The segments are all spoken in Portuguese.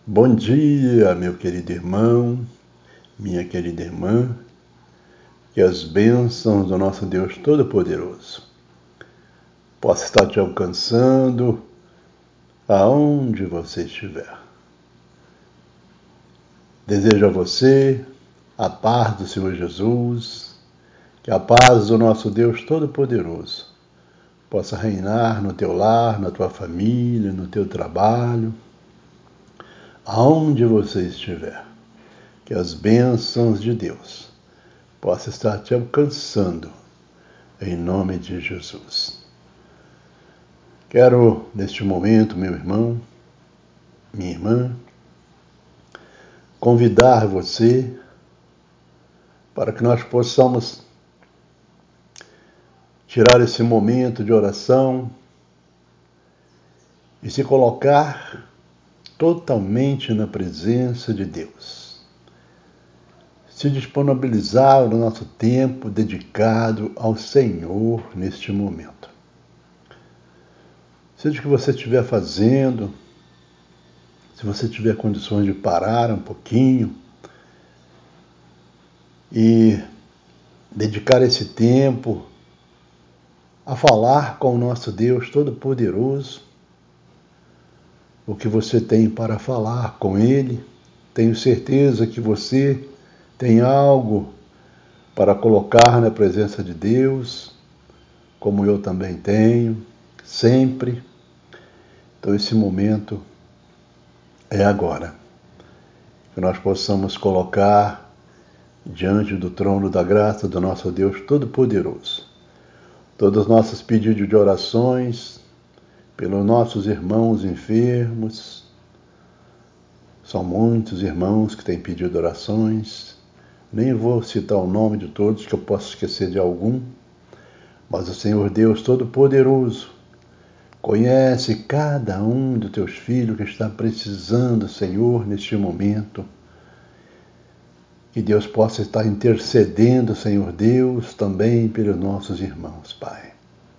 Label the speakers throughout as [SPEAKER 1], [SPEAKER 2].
[SPEAKER 1] Bom dia, meu querido irmão, minha querida irmã, que as bênçãos do nosso Deus Todo-Poderoso possam estar te alcançando aonde você estiver. Desejo a você a paz do Senhor Jesus, que a paz do nosso Deus Todo-Poderoso possa reinar no teu lar, na tua família, no teu trabalho, aonde você estiver. Que as bênçãos de Deus possam estar te alcançando, em nome de Jesus. Quero, neste momento, meu irmão, minha irmã, convidar você para que nós possamos tirar esse momento de oração e se colocar totalmente na presença de Deus. Se disponibilizar o nosso tempo dedicado ao Senhor neste momento. Seja o que você estiver fazendo, se você tiver condições de parar um pouquinho e dedicar esse tempo a falar com o nosso Deus Todo-Poderoso, o que você tem para falar com Ele. Tenho certeza que você tem algo para colocar na presença de Deus, como eu também tenho, sempre. Então esse momento é agora, que nós possamos colocar diante do trono da graça do nosso Deus Todo-Poderoso todos os nossos pedidos de orações pelos nossos irmãos enfermos. São muitos irmãos que têm pedido orações. Nem vou citar o nome de todos, que eu posso esquecer de algum. Mas o Senhor Deus Todo-Poderoso conhece cada um dos teus filhos que está precisando, Senhor, neste momento. Que Deus possa estar intercedendo, Senhor Deus, também pelos nossos irmãos, Pai.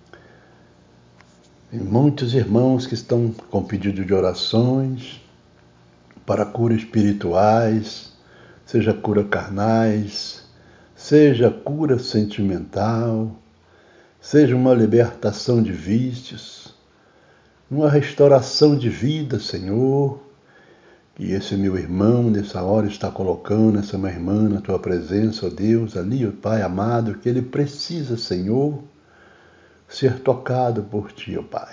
[SPEAKER 1] Tem muitos irmãos que estão com pedido de orações para cura espirituais, seja cura carnais, seja cura sentimental, seja uma libertação de vícios, uma restauração de vida, Senhor. E esse meu irmão, nessa hora, está colocando essa minha irmã na tua presença, ó Deus, ali, ó Pai amado, que ele precisa, Senhor, ser tocado por ti, ó Pai.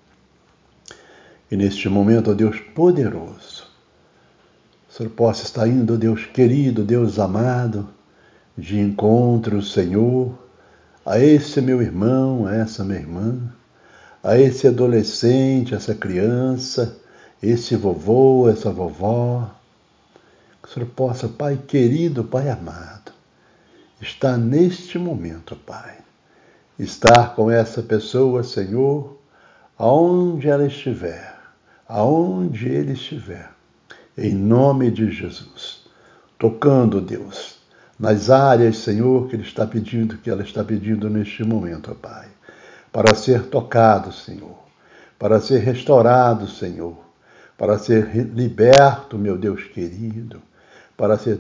[SPEAKER 1] E neste momento, ó Deus poderoso, o Senhor possa estar indo, ó Deus querido, Deus amado, de encontro, Senhor, a esse meu irmão, a essa minha irmã, a esse adolescente, essa criança, esse vovô, essa vovó. Que o Senhor possa, Pai querido, Pai amado, estar neste momento, Pai, estar com essa pessoa, Senhor, aonde ela estiver, aonde ele estiver, em nome de Jesus, tocando, Deus, nas áreas, Senhor, que ela está pedindo neste momento, ó Pai, para ser tocado, Senhor, para ser restaurado, Senhor, para ser liberto, meu Deus querido, para ser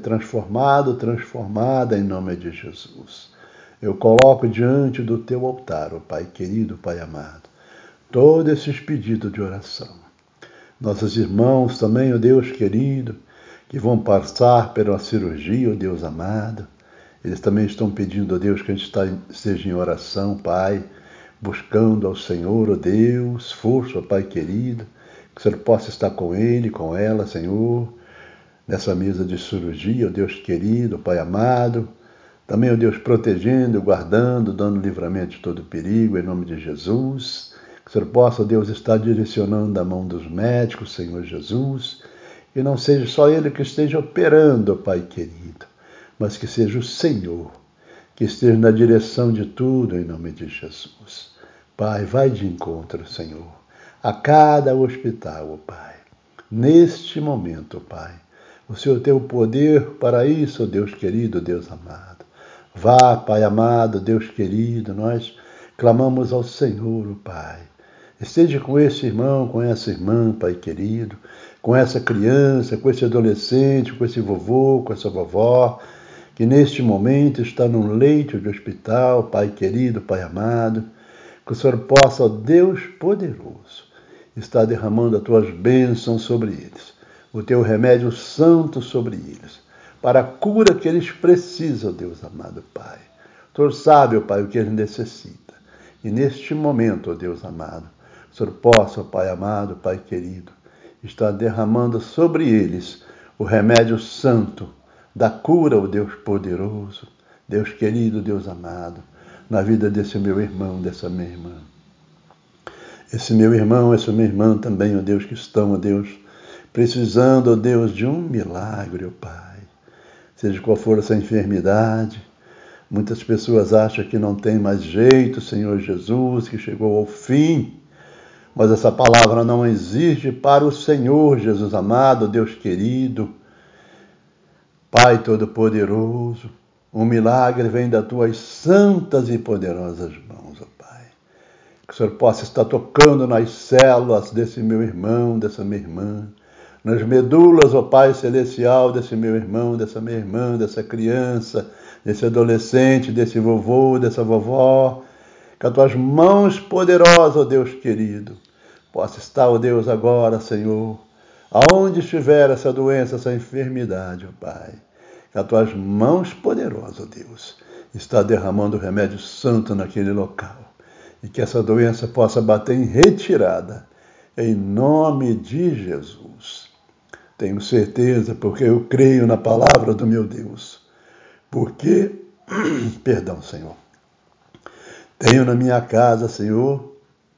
[SPEAKER 1] transformada em nome de Jesus. Eu coloco diante do teu altar, ó Pai querido, Pai amado, todos esses pedidos de oração. Nossos irmãos também, ó Deus querido, que vão passar pela cirurgia, ó Deus amado, eles também estão pedindo, ó Deus, que a gente esteja em oração, Pai, buscando ao Senhor, ó Deus, força, ó Pai querido, que o Senhor possa estar com ele, com ela, Senhor, nessa mesa de cirurgia, ó Deus querido, Pai amado, também, ó Deus, protegendo, guardando, dando livramento de todo perigo, em nome de Jesus. Que o Senhor possa, ó Deus, estar direcionando a mão dos médicos, Senhor Jesus, e não seja só Ele que esteja operando, ó Pai querido, mas que seja o Senhor, que esteja na direção de tudo, em nome de Jesus. Pai, vai de encontro, Senhor, a cada hospital, ó Pai, neste momento, ó Pai. O Senhor tem o poder para isso, ó Deus querido, Deus amado. Vá, Pai amado, Deus querido, nós clamamos ao Senhor, ó Pai. Esteja com esse irmão, com essa irmã, Pai querido, com essa criança, com esse adolescente, com esse vovô, com essa vovó, que neste momento está num leito de hospital, Pai querido, Pai amado, que o Senhor possa, ó Deus poderoso, estar derramando as tuas bênçãos sobre eles, o teu remédio santo sobre eles, para a cura que eles precisam, Deus amado Pai. O Senhor sabe, ó Pai, o que eles necessitam. E neste momento, ó Deus amado, o Senhor possa, ó Pai amado, Pai querido, estar derramando sobre eles o remédio santo da cura, ó Deus poderoso, Deus querido, Deus amado, na vida desse meu irmão, dessa minha irmã. Esse meu irmão, essa minha irmã também, ó Deus, que estão, ó Deus, precisando, ó Deus, de um milagre, ó Pai. Seja qual for essa enfermidade, muitas pessoas acham que não tem mais jeito, Senhor Jesus, que chegou ao fim, mas essa palavra não existe para o Senhor, Jesus amado, Deus querido, Pai Todo-Poderoso. Um milagre vem das tuas santas e poderosas mãos, ó Pai. Que o Senhor possa estar tocando nas células desse meu irmão, dessa minha irmã, nas medulas, ó Pai Celestial, desse meu irmão, dessa minha irmã, dessa criança, desse adolescente, desse vovô, dessa vovó. Que as tuas mãos poderosas, ó Deus querido, possa estar, ó Deus, agora, Senhor, aonde estiver essa doença, essa enfermidade, ó Pai. Que as tuas mãos poderosas, ó Deus, está derramando o remédio santo naquele local. E que essa doença possa bater em retirada, em nome de Jesus. Tenho certeza, porque eu creio na palavra do meu Deus. Porque, perdão, Senhor, tenho na minha casa, Senhor,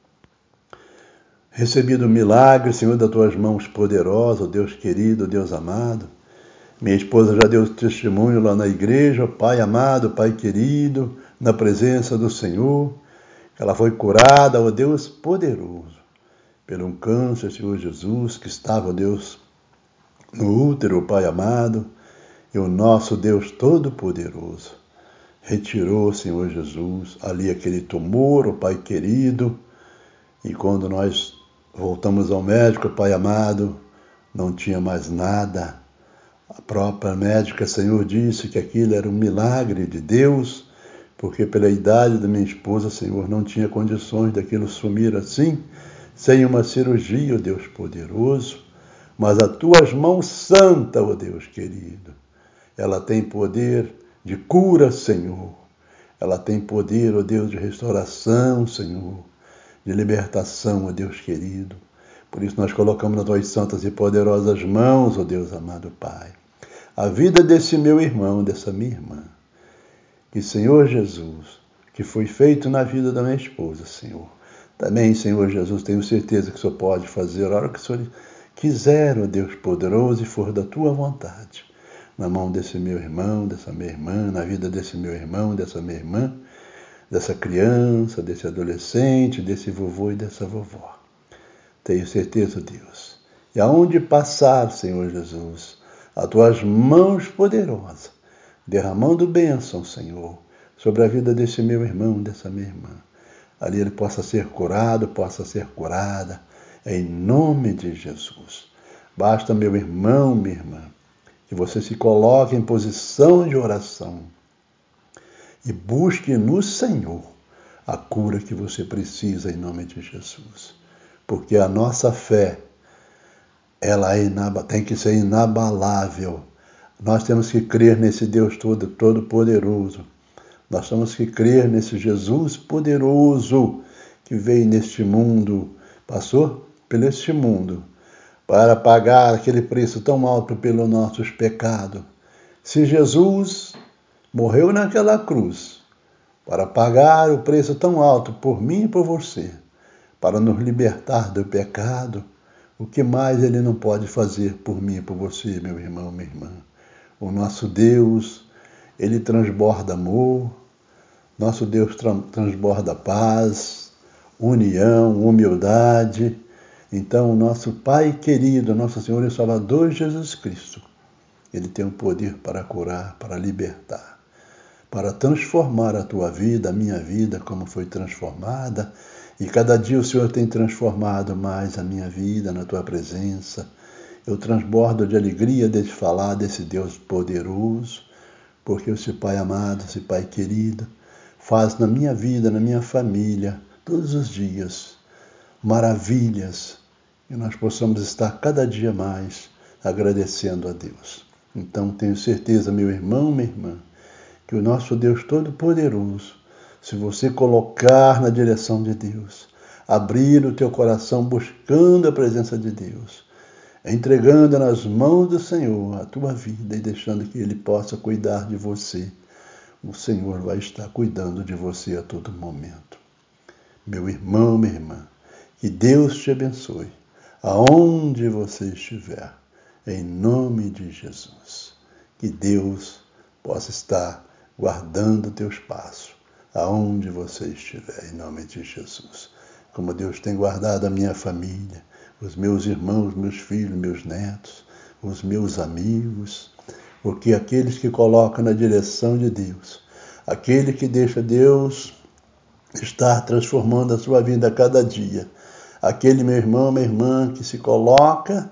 [SPEAKER 1] recebido um milagre, Senhor, das tuas mãos poderosas, Deus querido, Deus amado. Minha esposa já deu testemunho lá na igreja, Pai amado, Pai querido, na presença do Senhor. Ela foi curada, ó Deus poderoso, pelo um câncer, Senhor Jesus, que estava, ó Deus, no útero, Pai amado, e o nosso Deus Todo-Poderoso retirou, Senhor Jesus, ali aquele tumor, ó Pai querido, e quando nós voltamos ao médico, Pai amado, não tinha mais nada. A própria médica, Senhor, disse que aquilo era um milagre de Deus, porque pela idade da minha esposa, Senhor, não tinha condições daquilo sumir assim, sem uma cirurgia, ó Deus poderoso. Mas as tuas mãos santas, ó Deus querido, ela tem poder de cura, Senhor. Ela tem poder, ó Deus, de restauração, Senhor, de libertação, ó Deus querido. Por isso nós colocamos nas tuas santas e poderosas mãos, ó Deus amado Pai, a vida desse meu irmão, dessa minha irmã. Que, Senhor Jesus, que foi feito na vida da minha esposa, Senhor. Também, Senhor Jesus, tenho certeza que o Senhor pode fazer a hora que o Senhor quiser, ó Deus poderoso, e for da tua vontade. Na mão desse meu irmão, dessa minha irmã, na vida desse meu irmão, dessa minha irmã, dessa criança, desse adolescente, desse vovô e dessa vovó. Tenho certeza, Deus. E aonde passar, Senhor Jesus, as tuas mãos poderosas, derramando bênção, Senhor, sobre a vida desse meu irmão, dessa minha irmã. Ali ele possa ser curado, possa ser curada, em nome de Jesus. Basta, meu irmão, minha irmã, que você se coloque em posição de oração e busque no Senhor a cura que você precisa, em nome de Jesus. Porque a nossa fé, ela tem que ser inabalável. Nós temos que crer nesse Deus todo-poderoso. Nós temos que crer nesse Jesus poderoso que veio neste mundo, passou por este mundo, para pagar aquele preço tão alto pelos nossos pecados. Se Jesus morreu naquela cruz para pagar o preço tão alto por mim e por você, para nos libertar do pecado, o que mais ele não pode fazer por mim e por você, meu irmão, minha irmã? O nosso Deus, ele transborda amor, nosso Deus transborda paz, união, humildade. Então, o nosso Pai querido, nosso Senhor e Salvador Jesus Cristo, ele tem o poder para curar, para libertar, para transformar a tua vida, a minha vida, como foi transformada, E cada dia o Senhor tem transformado mais a minha vida na tua presença. Eu transbordo de alegria de te falar desse Deus poderoso, porque esse Pai amado, esse Pai querido, faz na minha vida, na minha família, todos os dias, maravilhas, e nós possamos estar cada dia mais agradecendo a Deus. Então tenho certeza, meu irmão, minha irmã, que o nosso Deus Todo-Poderoso, se você colocar na direção de Deus, abrir o teu coração buscando a presença de Deus, entregando nas mãos do Senhor a tua vida e deixando que Ele possa cuidar de você, o Senhor vai estar cuidando de você a todo momento. Meu irmão, minha irmã, que Deus te abençoe, aonde você estiver, em nome de Jesus. Que Deus possa estar guardando o teu espaço, aonde você estiver, em nome de Jesus. Como Deus tem guardado a minha família, os meus irmãos, meus filhos, meus netos, os meus amigos, porque aqueles que colocam na direção de Deus, aquele que deixa Deus estar transformando a sua vida a cada dia, aquele meu irmão, minha irmã que se coloca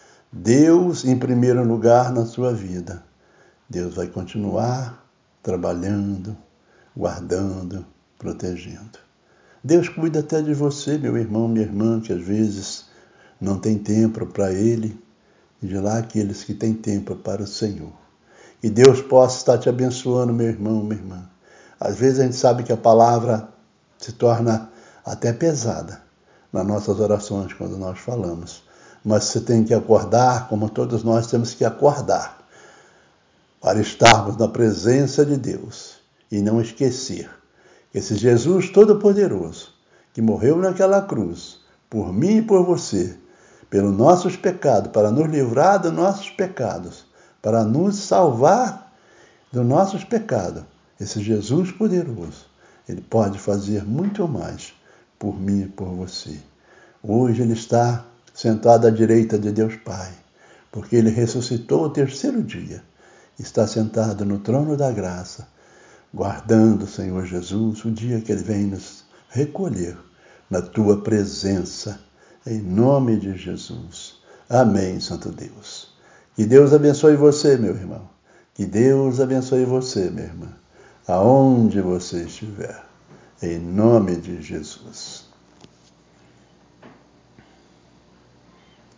[SPEAKER 1] Deus em primeiro lugar na sua vida, Deus vai continuar trabalhando, guardando, protegendo. Deus cuida até de você, meu irmão, minha irmã, que às vezes não tem tempo para Ele, e de lá aqueles que têm tempo para o Senhor. E Deus possa estar te abençoando, meu irmão, minha irmã. Às vezes a gente sabe que a palavra se torna até pesada nas nossas orações quando nós falamos. Mas você tem que acordar, como todos nós temos que acordar, para estarmos na presença de Deus e não esquecer que esse Jesus Todo-Poderoso, que morreu naquela cruz, por mim e por você, pelos nossos pecados, para nos livrar dos nossos pecados, para nos salvar dos nossos pecados, esse Jesus poderoso, Ele pode fazer muito mais por mim e por você. Hoje Ele está sentado à direita de Deus Pai, porque Ele ressuscitou ao terceiro dia. Está sentado no trono da graça, guardando o Senhor Jesus, o dia que Ele vem nos recolher na Tua presença, em nome de Jesus. Amém, Santo Deus. Que Deus abençoe você, meu irmão. Que Deus abençoe você, minha irmã, aonde você estiver, em nome de Jesus.